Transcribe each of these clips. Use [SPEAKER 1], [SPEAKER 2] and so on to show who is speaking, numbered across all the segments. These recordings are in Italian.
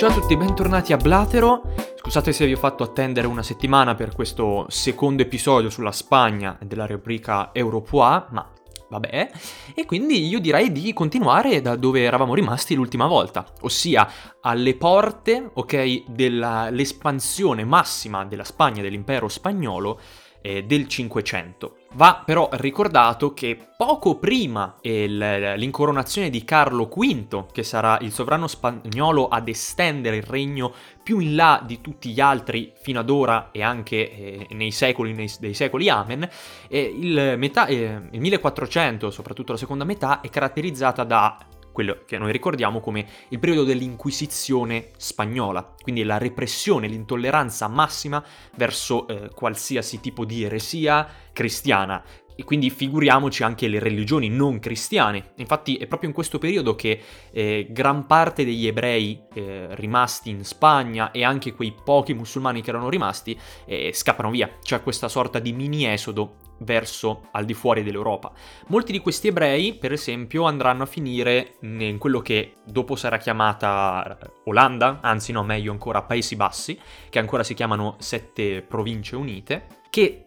[SPEAKER 1] Ciao a tutti, bentornati a Blatero. Scusate se vi ho fatto attendere una settimana per questo secondo episodio sulla Spagna e della rubrica Europois, ma vabbè. E quindi io direi di continuare da dove eravamo rimasti l'ultima volta, ossia alle porte, ok, dell'espansione massima della Spagna, dell'impero spagnolo, del 500. Va però ricordato che poco prima l'incoronazione di Carlo V, che sarà il sovrano spagnolo ad estendere il regno più in là di tutti gli altri fino ad ora e anche nei secoli amen, il 1400, soprattutto la seconda metà, è caratterizzata da quello che noi ricordiamo come il periodo dell'Inquisizione spagnola, quindi la repressione, l'intolleranza massima verso qualsiasi tipo di eresia cristiana. E quindi figuriamoci anche le religioni non cristiane. Infatti è proprio in questo periodo che gran parte degli ebrei rimasti in Spagna e anche quei pochi musulmani che erano rimasti scappano via. C'è questa sorta di mini esodo verso al di fuori dell'Europa. Molti di questi ebrei, per esempio, andranno a finire in quello che dopo sarà chiamata Olanda, anzi no, meglio ancora Paesi Bassi, che ancora si chiamano 7 province unite, che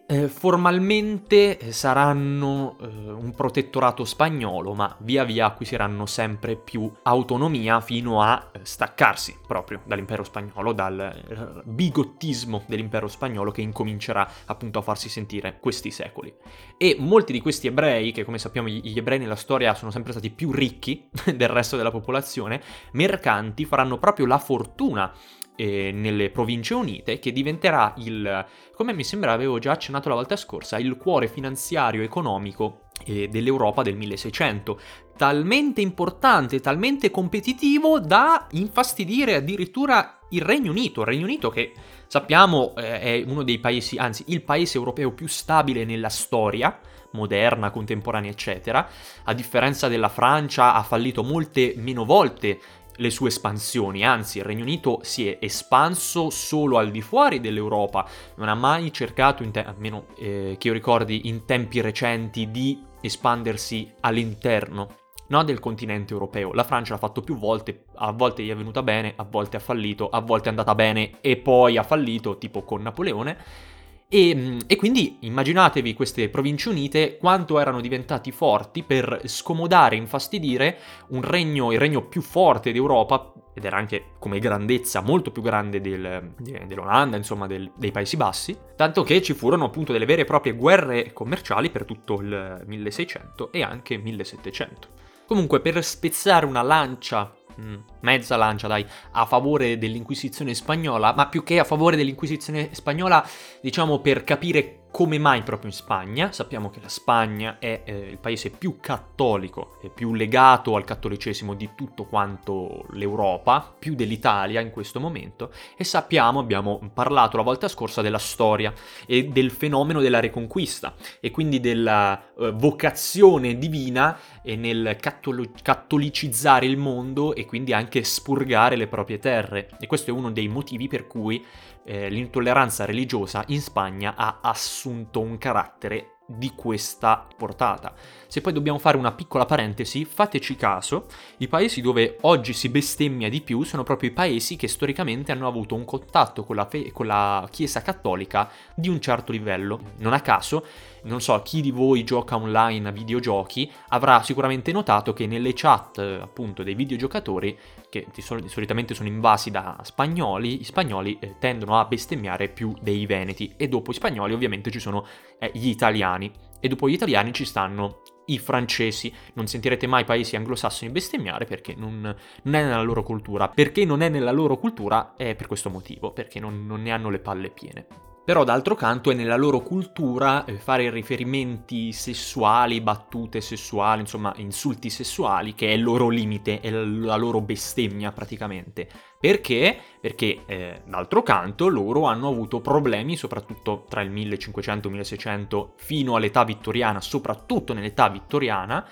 [SPEAKER 1] formalmente saranno un protettorato spagnolo, ma via via acquisiranno sempre più autonomia fino a staccarsi proprio dall'impero spagnolo, dal bigottismo dell'impero spagnolo che incomincerà appunto a farsi sentire questi secoli. E molti di questi ebrei, che come sappiamo gli ebrei nella storia sono sempre stati più ricchi del resto della popolazione, mercanti, faranno proprio la fortuna nelle Province Unite, che diventerà come mi sembra avevo già accennato la volta scorsa, il cuore finanziario economico dell'Europa del 1600, talmente importante, talmente competitivo da infastidire addirittura il Regno Unito che sappiamo è uno dei paesi, anzi il paese europeo più stabile nella storia moderna, contemporanea, eccetera. A differenza della Francia, ha fallito molte meno volte le sue espansioni, anzi il Regno Unito si è espanso solo al di fuori dell'Europa, non ha mai cercato, almeno che io ricordi, in tempi recenti di espandersi all'interno, no, del continente europeo. La Francia l'ha fatto più volte, a volte gli è venuta bene, a volte ha fallito, a volte è andata bene e poi ha fallito, tipo con Napoleone. E quindi immaginatevi queste Province Unite quanto erano diventati forti per scomodare, infastidire il regno più forte d'Europa, ed era anche come grandezza molto più grande dell'Olanda, insomma dei Paesi Bassi, tanto che ci furono appunto delle vere e proprie guerre commerciali per tutto il 1600 e anche 1700. Comunque, per spezzare una lancia, mezza lancia dai, a favore dell'Inquisizione spagnola, ma più che a favore dell'Inquisizione spagnola, diciamo per capire come mai proprio in Spagna. Sappiamo che la Spagna è il paese più cattolico e più legato al cattolicesimo di tutto quanto l'Europa, più dell'Italia in questo momento, e abbiamo parlato la volta scorsa della storia e del fenomeno della Reconquista e quindi della vocazione divina nel catolicizzare il mondo e quindi anche spurgare le proprie terre. E questo è uno dei motivi per cui l'intolleranza religiosa in Spagna ha assunto un carattere di questa portata. Se poi dobbiamo fare una piccola parentesi, fateci caso, i paesi dove oggi si bestemmia di più sono proprio i paesi che storicamente hanno avuto un contatto con la Chiesa cattolica di un certo livello. Non a caso, non so, chi di voi gioca online a videogiochi avrà sicuramente notato che nelle chat appunto dei videogiocatori, che solitamente sono invasi da spagnoli, i spagnoli tendono a bestemmiare più dei veneti, e dopo i spagnoli ovviamente ci sono gli italiani, e dopo gli italiani ci stanno i francesi. Non sentirete mai paesi anglosassoni bestemmiare perché non è nella loro cultura. Perché non è nella loro cultura è per questo motivo, perché non ne hanno le palle piene. Però d'altro canto è nella loro cultura fare riferimenti sessuali, battute sessuali, insomma insulti sessuali, che è il loro limite, è la loro bestemmia praticamente. Perché? Perché d'altro canto loro hanno avuto problemi soprattutto tra il 1500 e il 1600 fino all'età vittoriana, soprattutto nell'età vittoriana,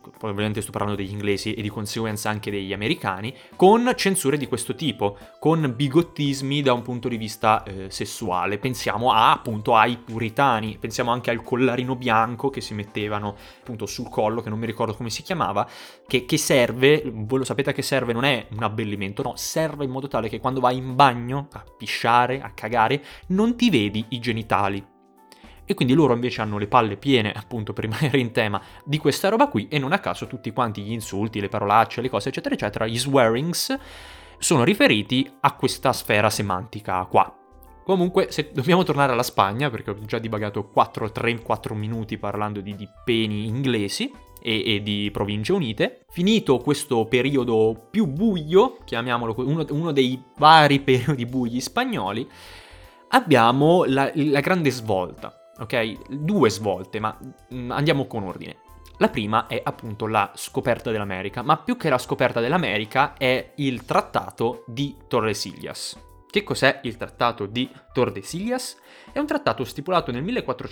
[SPEAKER 1] poi ovviamente sto parlando degli inglesi e di conseguenza anche degli americani, con censure di questo tipo, con bigottismi da un punto di vista sessuale. Pensiamo appunto ai puritani, pensiamo anche al collarino bianco che si mettevano appunto sul collo, che non mi ricordo come si chiamava, che serve, voi lo sapete che serve, non è un abbellimento, no, serve in modo tale che quando vai in bagno a pisciare, a cagare, non ti vedi i genitali. E quindi loro invece hanno le palle piene, appunto per rimanere in tema, di questa roba qui, e non a caso tutti quanti gli insulti, le parolacce, le cose eccetera eccetera, gli swearings, sono riferiti a questa sfera semantica qua. Comunque, se dobbiamo tornare alla Spagna, perché ho già divagato 3-4 minuti parlando di peni inglesi e di Province Unite, finito questo periodo più buio, chiamiamolo uno dei vari periodi bui spagnoli, abbiamo la grande svolta. Ok? 2 svolte, ma andiamo con ordine. La prima è appunto la scoperta dell'America, ma più che la scoperta dell'America è il trattato di Tordesillas. Che cos'è il trattato di Tordesillas? È un trattato stipulato nel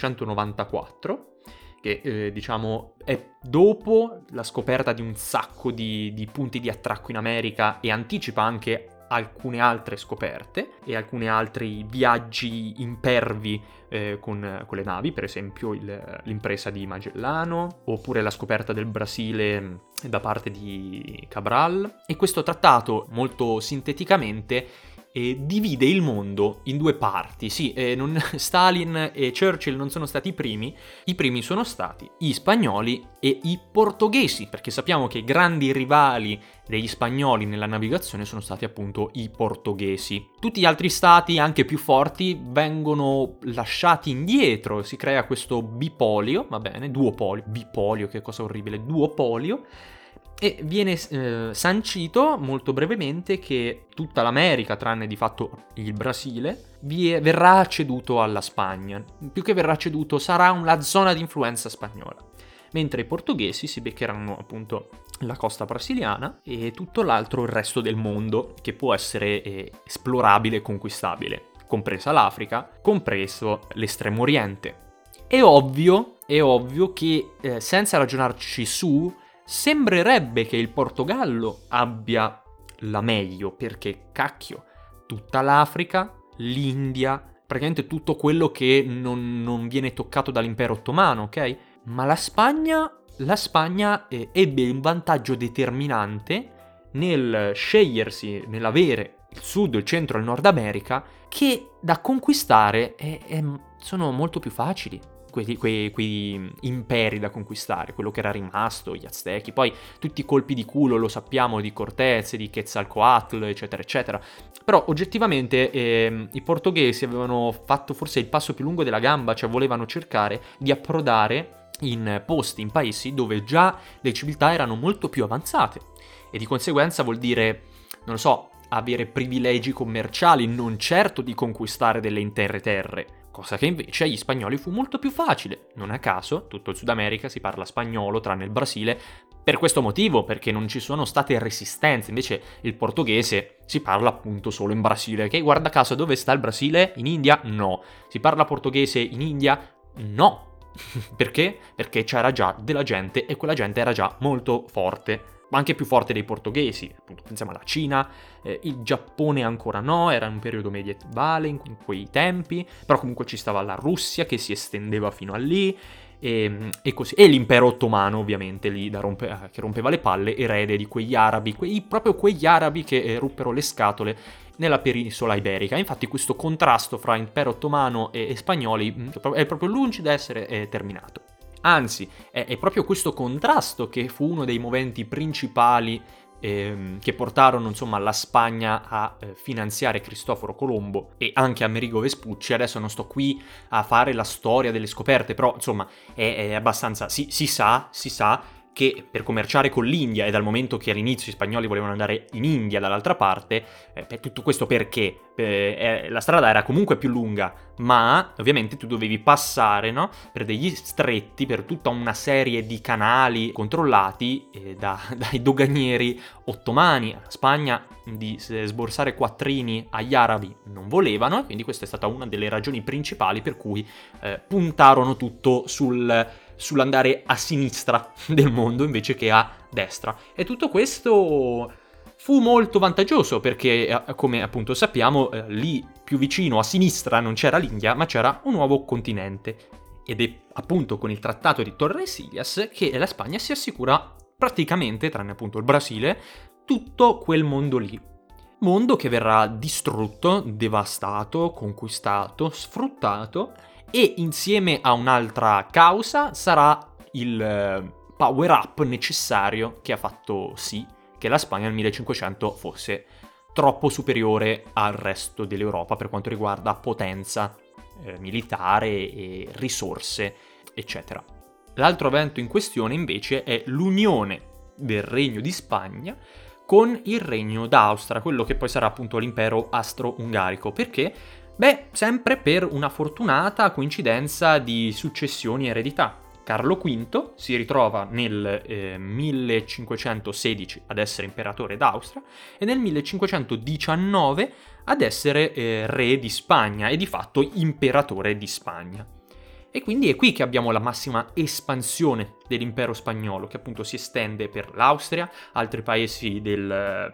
[SPEAKER 1] 1494, che diciamo è dopo la scoperta di un sacco di punti di attracco in America e anticipa anche alcune altre scoperte e alcuni altri viaggi impervi con le navi, per esempio l'impresa di Magellano, oppure la scoperta del Brasile da parte di Cabral. E questo trattato, molto sinteticamente, divide il mondo in 2 parti. Sì, Stalin e Churchill non sono stati i primi sono stati gli spagnoli e i portoghesi, perché sappiamo che i grandi rivali degli spagnoli nella navigazione sono stati appunto i portoghesi. Tutti gli altri stati, anche più forti, vengono lasciati indietro, si crea questo bipolio, va bene, duopolio, bipolio, che cosa orribile, duopolio. E viene sancito molto brevemente che tutta l'America, tranne di fatto il Brasile, verrà ceduto alla Spagna. Più che verrà ceduto, sarà una zona di influenza spagnola. Mentre i portoghesi si beccheranno appunto la costa brasiliana e tutto l'altro, il resto del mondo, che può essere esplorabile e conquistabile, compresa l'Africa, compreso l'Estremo Oriente. È ovvio che senza ragionarci su, sembrerebbe che il Portogallo abbia la meglio, perché cacchio, tutta l'Africa, l'India, praticamente tutto quello che non viene toccato dall'impero ottomano, ok? Ma la Spagna ebbe un vantaggio determinante nel scegliersi, nell'avere il sud, il centro e il Nord America, che da conquistare sono molto più facili. Quei imperi da conquistare, quello che era rimasto, gli Aztechi, poi tutti i colpi di culo lo sappiamo di Cortez, di Quetzalcoatl, eccetera eccetera, però oggettivamente i portoghesi avevano fatto forse il passo più lungo della gamba, cioè volevano cercare di approdare in posti, in paesi dove già le civiltà erano molto più avanzate e di conseguenza vuol dire, non lo so, avere privilegi commerciali, non certo di conquistare delle intere terre. Cosa che invece agli spagnoli fu molto più facile. Non a caso, tutto il Sud America si parla spagnolo, tranne il Brasile, per questo motivo, perché non ci sono state resistenze. Invece il portoghese si parla appunto solo in Brasile, che guarda caso dove sta il Brasile? In India? No. Si parla portoghese in India? No. Perché? Perché c'era già della gente e quella gente era già molto forte. Anche più forte dei portoghesi, appunto pensiamo alla Cina, il Giappone ancora no, era un periodo medievale in quei tempi, però comunque ci stava la Russia che si estendeva fino a lì, e così. E l'impero ottomano ovviamente lì che rompeva le palle, erede di quegli arabi, proprio quegli arabi che ruppero le scatole nella penisola iberica. Infatti questo contrasto fra impero ottomano e spagnoli è proprio lungi da essere terminato. Anzi, è proprio questo contrasto che fu uno dei moventi principali che portarono insomma la Spagna a finanziare Cristoforo Colombo e anche Amerigo Vespucci. Adesso non sto qui a fare la storia delle scoperte, però insomma è abbastanza... Si sa che per commerciare con l'India, e dal momento che all'inizio gli spagnoli volevano andare in India dall'altra parte, tutto questo perché la strada era comunque più lunga, ma ovviamente tu dovevi passare, no, per degli stretti, per tutta una serie di canali controllati dai doganieri ottomani. La Spagna di sborsare quattrini agli arabi non volevano, e quindi questa è stata una delle ragioni principali per cui puntarono tutto sul sull'andare a sinistra del mondo invece che a destra. E tutto questo fu molto vantaggioso perché, come appunto sappiamo, lì più vicino a sinistra non c'era l'India, ma c'era un nuovo continente. Ed è appunto con il trattato di Tordesillas che la Spagna si assicura praticamente, tranne appunto il Brasile, tutto quel mondo lì. Mondo che verrà distrutto, devastato, conquistato, sfruttato, e insieme a un'altra causa sarà il power up necessario che ha fatto sì che la Spagna nel 1500 fosse troppo superiore al resto dell'Europa per quanto riguarda potenza militare e risorse, eccetera. L'altro evento in questione invece è l'unione del Regno di Spagna con il Regno d'Austria, quello che poi sarà appunto l'impero austro-ungarico. Perché? Beh, sempre per una fortunata coincidenza di successioni e eredità. Carlo V si ritrova nel 1516 ad essere imperatore d'Austria e nel 1519 ad essere re di Spagna e di fatto imperatore di Spagna. E quindi è qui che abbiamo la massima espansione dell'impero spagnolo, che appunto si estende per l'Austria, altri paesi del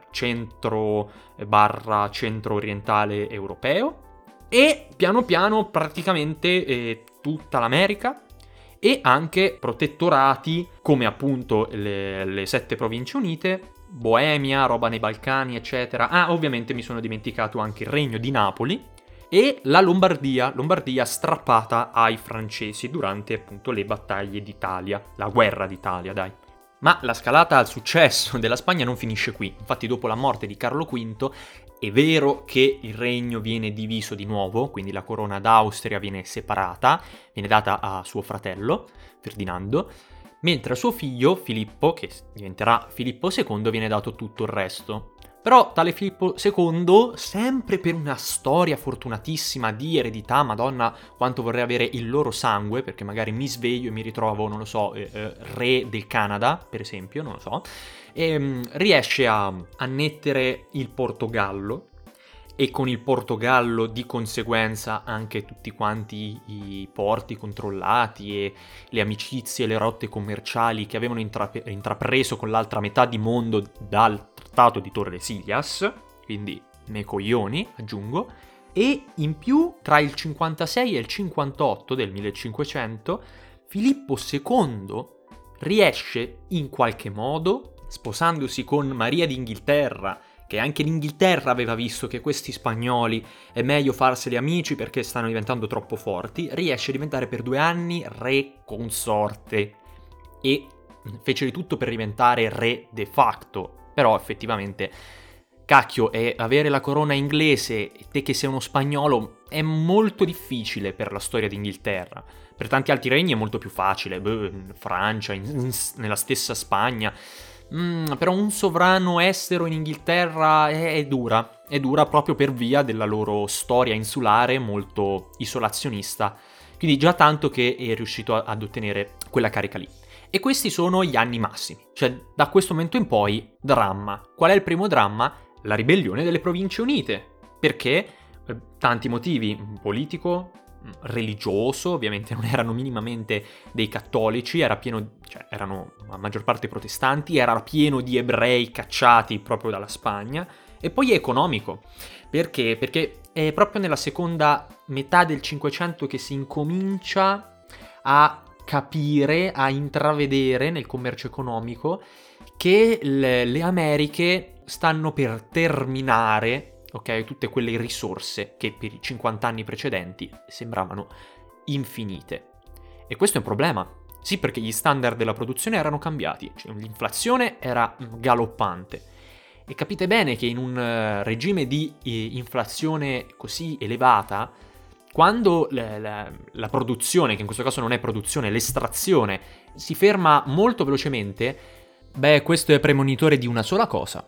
[SPEAKER 1] centro orientale europeo e piano piano praticamente tutta l'America, e anche protettorati come appunto le 7 province unite, Boemia, roba nei Balcani, eccetera. Ah, ovviamente mi sono dimenticato anche il Regno di Napoli e la Lombardia strappata ai francesi durante appunto le battaglie d'Italia, la guerra d'Italia, dai. Ma la scalata al successo della Spagna non finisce qui. Infatti dopo la morte di Carlo V è vero che il regno viene diviso di nuovo, quindi la corona d'Austria viene separata, viene data a suo fratello, Ferdinando, mentre a suo figlio, Filippo, che diventerà Filippo II, viene dato tutto il resto. Però tale Filippo II, sempre per una storia fortunatissima di eredità, madonna quanto vorrei avere il loro sangue, perché magari mi sveglio e mi ritrovo, non lo so, re del Canada, per esempio, non lo so, e riesce a annettere il Portogallo, e con il Portogallo di conseguenza anche tutti quanti i porti controllati e le amicizie e le rotte commerciali che avevano intrapreso con l'altra metà di mondo dal trattato di Tordesillas, quindi nei coglioni, aggiungo, e in più tra il 56 e il 58 del 1500 Filippo II riesce in qualche modo, sposandosi con Maria d'Inghilterra, che anche l'Inghilterra aveva visto che questi spagnoli è meglio farseli amici perché stanno diventando troppo forti, riesce a diventare per 2 anni re consorte e fece di tutto per diventare re de facto. Però effettivamente, cacchio, avere la corona inglese e te che sei uno spagnolo è molto difficile per la storia d'Inghilterra. Per tanti altri regni è molto più facile, Francia, nella stessa Spagna. Però un sovrano estero in Inghilterra è dura proprio per via della loro storia insulare molto isolazionista, quindi già tanto che è riuscito ad ottenere quella carica lì. E questi sono gli anni massimi, cioè da questo momento in poi dramma. Qual è il primo dramma? La ribellione delle Province Unite, perché tanti motivi, politico, religioso, ovviamente non erano minimamente dei cattolici, erano a maggior parte protestanti, era pieno di ebrei cacciati proprio dalla Spagna, e poi è economico. Perché? Perché è proprio nella seconda metà del Cinquecento che si incomincia a capire, a intravedere nel commercio economico che le Americhe stanno per terminare, ok, tutte quelle risorse che per i 50 anni precedenti sembravano infinite. E questo è un problema. Sì, perché gli standard della produzione erano cambiati, cioè, l'inflazione era galoppante. E capite bene che in un regime di inflazione così elevata, quando la produzione, che in questo caso non è produzione, l'estrazione, si ferma molto velocemente, beh, questo è premonitore di una sola cosa.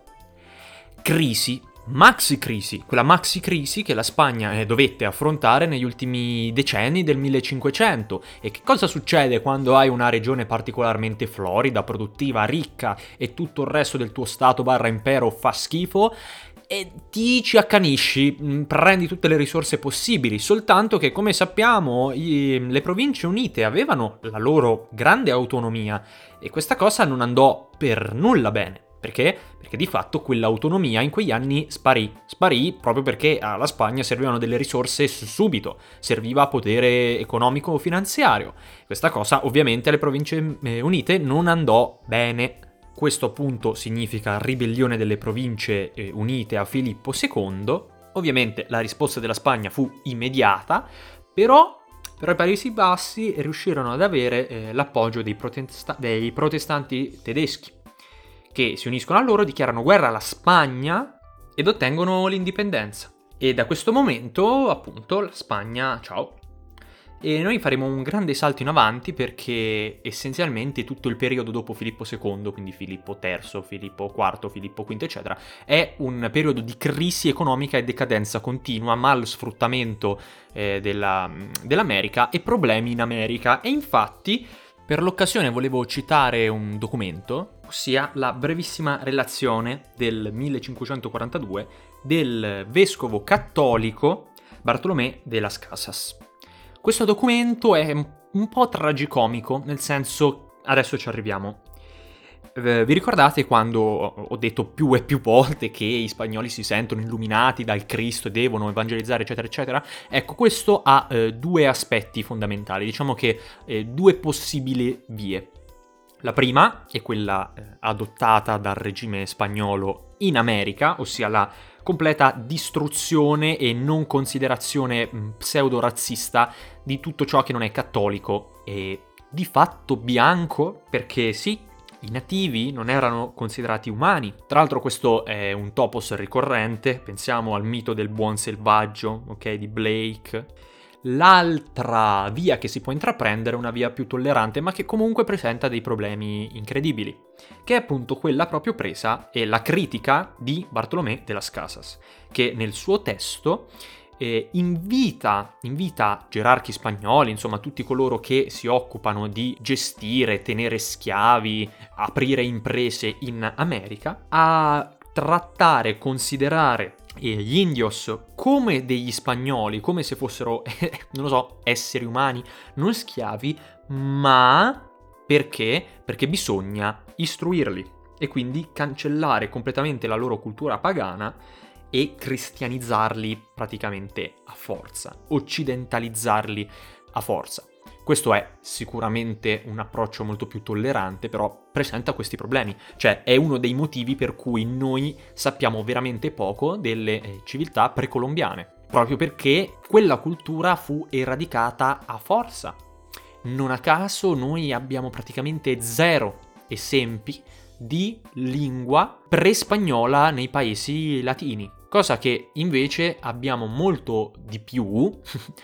[SPEAKER 1] Crisi. Maxi crisi, quella maxi crisi che la Spagna dovette affrontare negli ultimi decenni del 1500. E che cosa succede quando hai una regione particolarmente florida, produttiva, ricca e tutto il resto del tuo stato / impero fa schifo? e ti ci accanisci, prendi tutte le risorse possibili, soltanto che, come sappiamo, le Province Unite avevano la loro grande autonomia e questa cosa non andò per nulla bene. Perché? Perché di fatto quell'autonomia in quegli anni sparì proprio perché alla Spagna servivano delle risorse subito, serviva potere economico-finanziario. Questa cosa ovviamente alle Province Unite non andò bene. Questo appunto significa ribellione delle Province Unite a Filippo II. Ovviamente la risposta della Spagna fu immediata, però i Paesi Bassi riuscirono ad avere l'appoggio dei protestanti tedeschi, che si uniscono a loro, dichiarano guerra alla Spagna ed ottengono l'indipendenza. E da questo momento, appunto, la Spagna, ciao. E noi faremo un grande salto in avanti perché essenzialmente tutto il periodo dopo Filippo II, quindi Filippo III, Filippo IV, Filippo V, eccetera, è un periodo di crisi economica e decadenza continua, mal sfruttamento dell'America e problemi in America. E infatti, per l'occasione volevo citare un documento, ossia la brevissima relazione del 1542 del vescovo cattolico Bartolomé de las Casas. Questo documento è un po' tragicomico, nel senso, adesso ci arriviamo. Vi ricordate quando ho detto più e più volte che gli spagnoli si sentono illuminati dal Cristo e devono evangelizzare, eccetera, eccetera? Ecco, questo ha due aspetti fondamentali, diciamo che due possibili vie. La prima è quella adottata dal regime spagnolo in America, ossia la completa distruzione e non considerazione pseudo-razzista di tutto ciò che non è cattolico e di fatto bianco, perché sì, i nativi non erano considerati umani. Tra l'altro questo è un topos ricorrente, pensiamo al mito del buon selvaggio, ok, di Blake. L'altra via che si può intraprendere è una via più tollerante, ma che comunque presenta dei problemi incredibili, che è appunto quella proprio presa e la critica di Bartolomé de las Casas, che nel suo testo invita gerarchi spagnoli, insomma tutti coloro che si occupano di gestire, tenere schiavi, aprire imprese in America, a trattare, considerare gli indios come degli spagnoli, come se fossero, non lo so, esseri umani, non schiavi, ma perché? Perché bisogna istruirli e quindi cancellare completamente la loro cultura pagana e cristianizzarli praticamente a forza, occidentalizzarli a forza. Questo è sicuramente un approccio molto più tollerante, però presenta questi problemi. Cioè, è uno dei motivi per cui noi sappiamo veramente poco delle civiltà precolombiane, proprio perché quella cultura fu eradicata a forza. Non a caso noi abbiamo praticamente zero esempi di lingua pre-spagnola nei paesi latini, cosa che invece abbiamo molto di più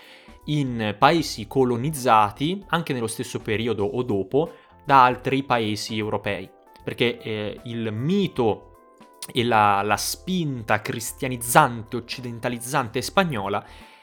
[SPEAKER 1] in paesi colonizzati, anche nello stesso periodo o dopo, da altri paesi europei. Perché il mito e la spinta cristianizzante, occidentalizzante spagnola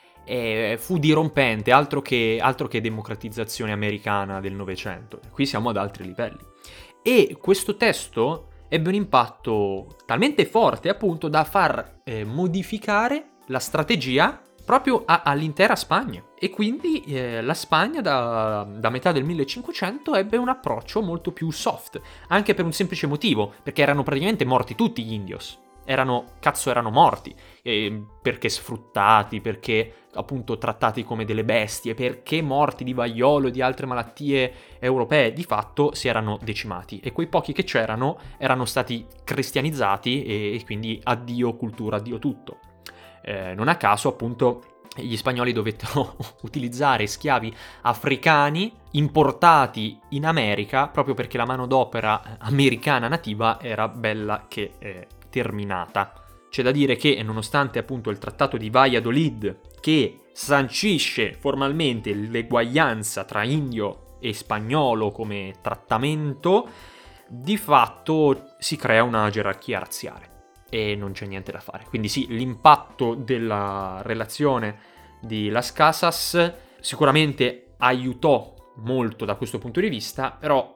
[SPEAKER 1] fu dirompente, altro che democratizzazione americana del Novecento. Qui siamo ad altri livelli. E questo testo ebbe un impatto talmente forte, appunto, da far modificare la strategia proprio all'intera Spagna. E quindi la Spagna da metà del 1500 ebbe un approccio molto più soft, anche per un semplice motivo, perché erano praticamente morti tutti gli indios. Erano morti, perché sfruttati, perché appunto trattati come delle bestie, perché morti di vaiolo e di altre malattie europee, di fatto si erano decimati. E quei pochi che c'erano erano stati cristianizzati e quindi addio cultura, addio tutto. Non a caso, appunto, gli spagnoli dovettero utilizzare schiavi africani importati in America proprio perché la manodopera americana nativa era bella che terminata. C'è da dire che, nonostante appunto il trattato di Valladolid, che sancisce formalmente l'eguaglianza tra indio e spagnolo come trattamento, di fatto si crea una gerarchia razziale. E non c'è niente da fare. Quindi sì, l'impatto della relazione di Las Casas sicuramente aiutò molto da questo punto di vista, però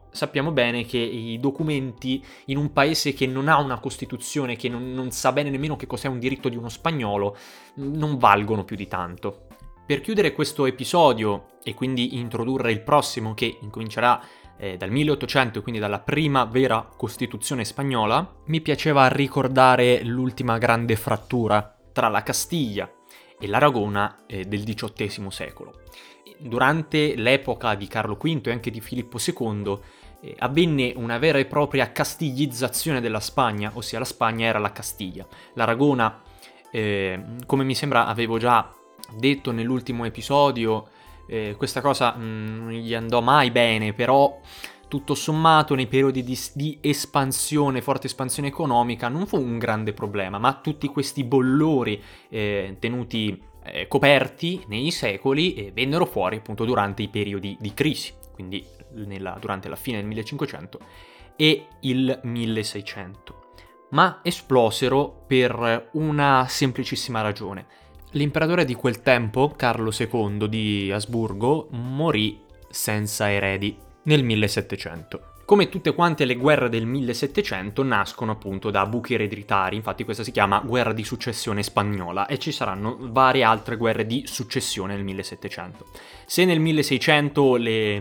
[SPEAKER 1] sappiamo bene che i documenti in un paese che non ha una Costituzione, che non sa bene nemmeno che cos'è un diritto di uno spagnolo, non valgono più di tanto. Per chiudere questo episodio e quindi introdurre il prossimo che incomincerà dal 1800, quindi dalla prima vera Costituzione spagnola, mi piaceva ricordare l'ultima grande frattura tra la Castiglia e l'Aragona del XVIII secolo. Durante l'epoca di Carlo V e anche di Filippo II avvenne una vera e propria castiglizzazione della Spagna, ossia la Spagna era la Castiglia. L'Aragona, come mi sembra avevo già detto nell'ultimo episodio, questa cosa non gli andò mai bene, però tutto sommato nei periodi di espansione, forte espansione economica, non fu un grande problema, ma tutti questi bollori tenuti coperti nei secoli vennero fuori appunto durante i periodi di crisi, quindi durante la fine del 1500 e il 1600, ma esplosero per una semplicissima ragione. L'imperatore di quel tempo, Carlo II di Asburgo, morì senza eredi nel 1700. Come tutte quante le guerre del 1700 nascono appunto da buchi ereditari, infatti questa si chiama guerra di successione spagnola e ci saranno varie altre guerre di successione nel 1700. Se nel 1600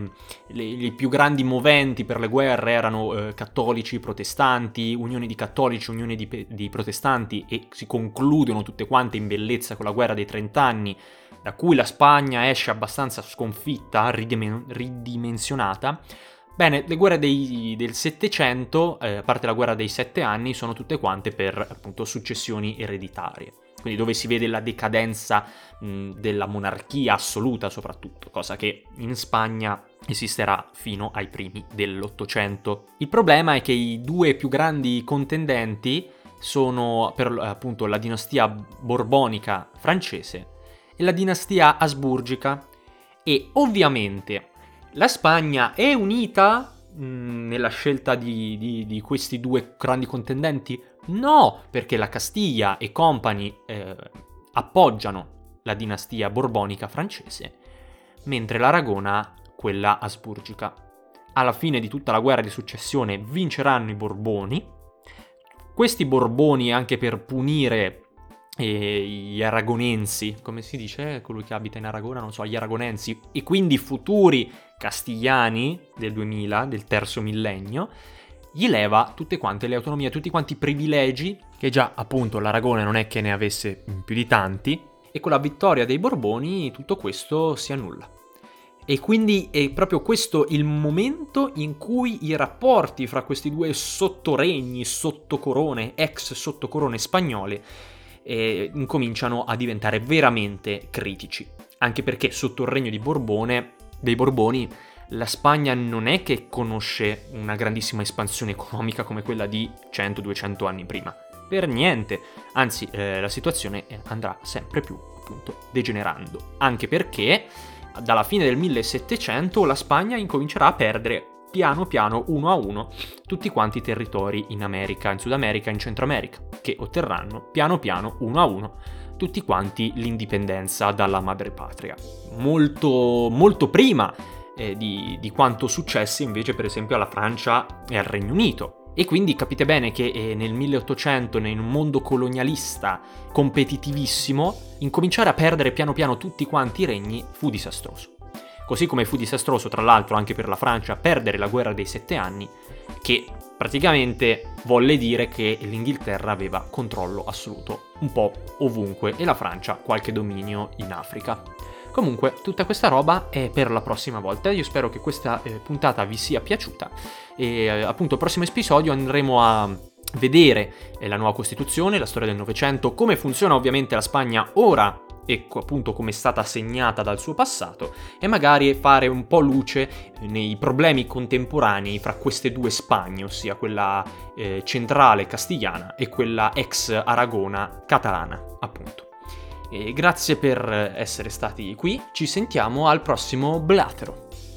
[SPEAKER 1] i più grandi moventi per le guerre erano cattolici, protestanti, unioni di cattolici, unioni di protestanti e si concludono tutte quante in bellezza con la guerra dei 30 anni, da cui la Spagna esce abbastanza sconfitta, ridimensionata. Bene, le guerre del Settecento, a parte la guerra dei 7 anni, sono tutte quante per appunto successioni ereditarie. Quindi dove si vede la decadenza della monarchia assoluta soprattutto, cosa che in Spagna esisterà fino ai primi dell'Ottocento. Il problema è che i due più grandi contendenti sono per appunto la dinastia borbonica francese e la dinastia asburgica, e ovviamente la Spagna è unita nella scelta di questi due grandi contendenti? No, perché la Castiglia e compagni appoggiano la dinastia borbonica francese, mentre l'Aragona quella asburgica. Alla fine di tutta la guerra di successione vinceranno i Borboni. Questi Borboni, anche per punire gli aragonensi, come si dice, colui che abita in Aragona, non so, gli aragonensi, e quindi futuri castigliani del 2000, del terzo millennio, gli leva tutte quante le autonomie, tutti quanti i privilegi, che già appunto l'Aragona non è che ne avesse più di tanti, e con la vittoria dei Borboni tutto questo si annulla. E quindi è proprio questo il momento in cui i rapporti fra questi due sottoregni, sottocorone, ex sottocorone spagnole, incominciano a diventare veramente critici. Anche perché sotto il regno dei Borboni, la Spagna non è che conosce una grandissima espansione economica come quella di 100-200 anni prima. Per niente. Anzi, la situazione andrà sempre più, appunto, degenerando. Anche perché dalla fine del 1700 la Spagna incomincerà a perdere piano piano, uno a uno, tutti quanti i territori in America, in Sud America, in Centro America, che otterranno piano piano, uno a uno, tutti quanti l'indipendenza dalla madrepatria. Molto, molto prima di quanto successe invece per esempio alla Francia e al Regno Unito. E quindi capite bene che nel 1800, in un mondo colonialista competitivissimo, incominciare a perdere piano piano tutti quanti i regni fu disastroso. Così come fu disastroso, tra l'altro, anche per la Francia perdere la guerra dei 7 anni, che praticamente volle dire che l'Inghilterra aveva controllo assoluto un po' ovunque e la Francia qualche dominio in Africa. Comunque, tutta questa roba è per la prossima volta. Io spero che questa puntata vi sia piaciuta e appunto al prossimo episodio andremo a vedere la nuova Costituzione, la storia del Novecento, come funziona ovviamente la Spagna ora e appunto come è stata segnata dal suo passato, e magari fare un po' luce nei problemi contemporanei fra queste due Spagne, ossia quella centrale castigliana e quella ex Aragona catalana, appunto. E grazie per essere stati qui, ci sentiamo al prossimo Blatero.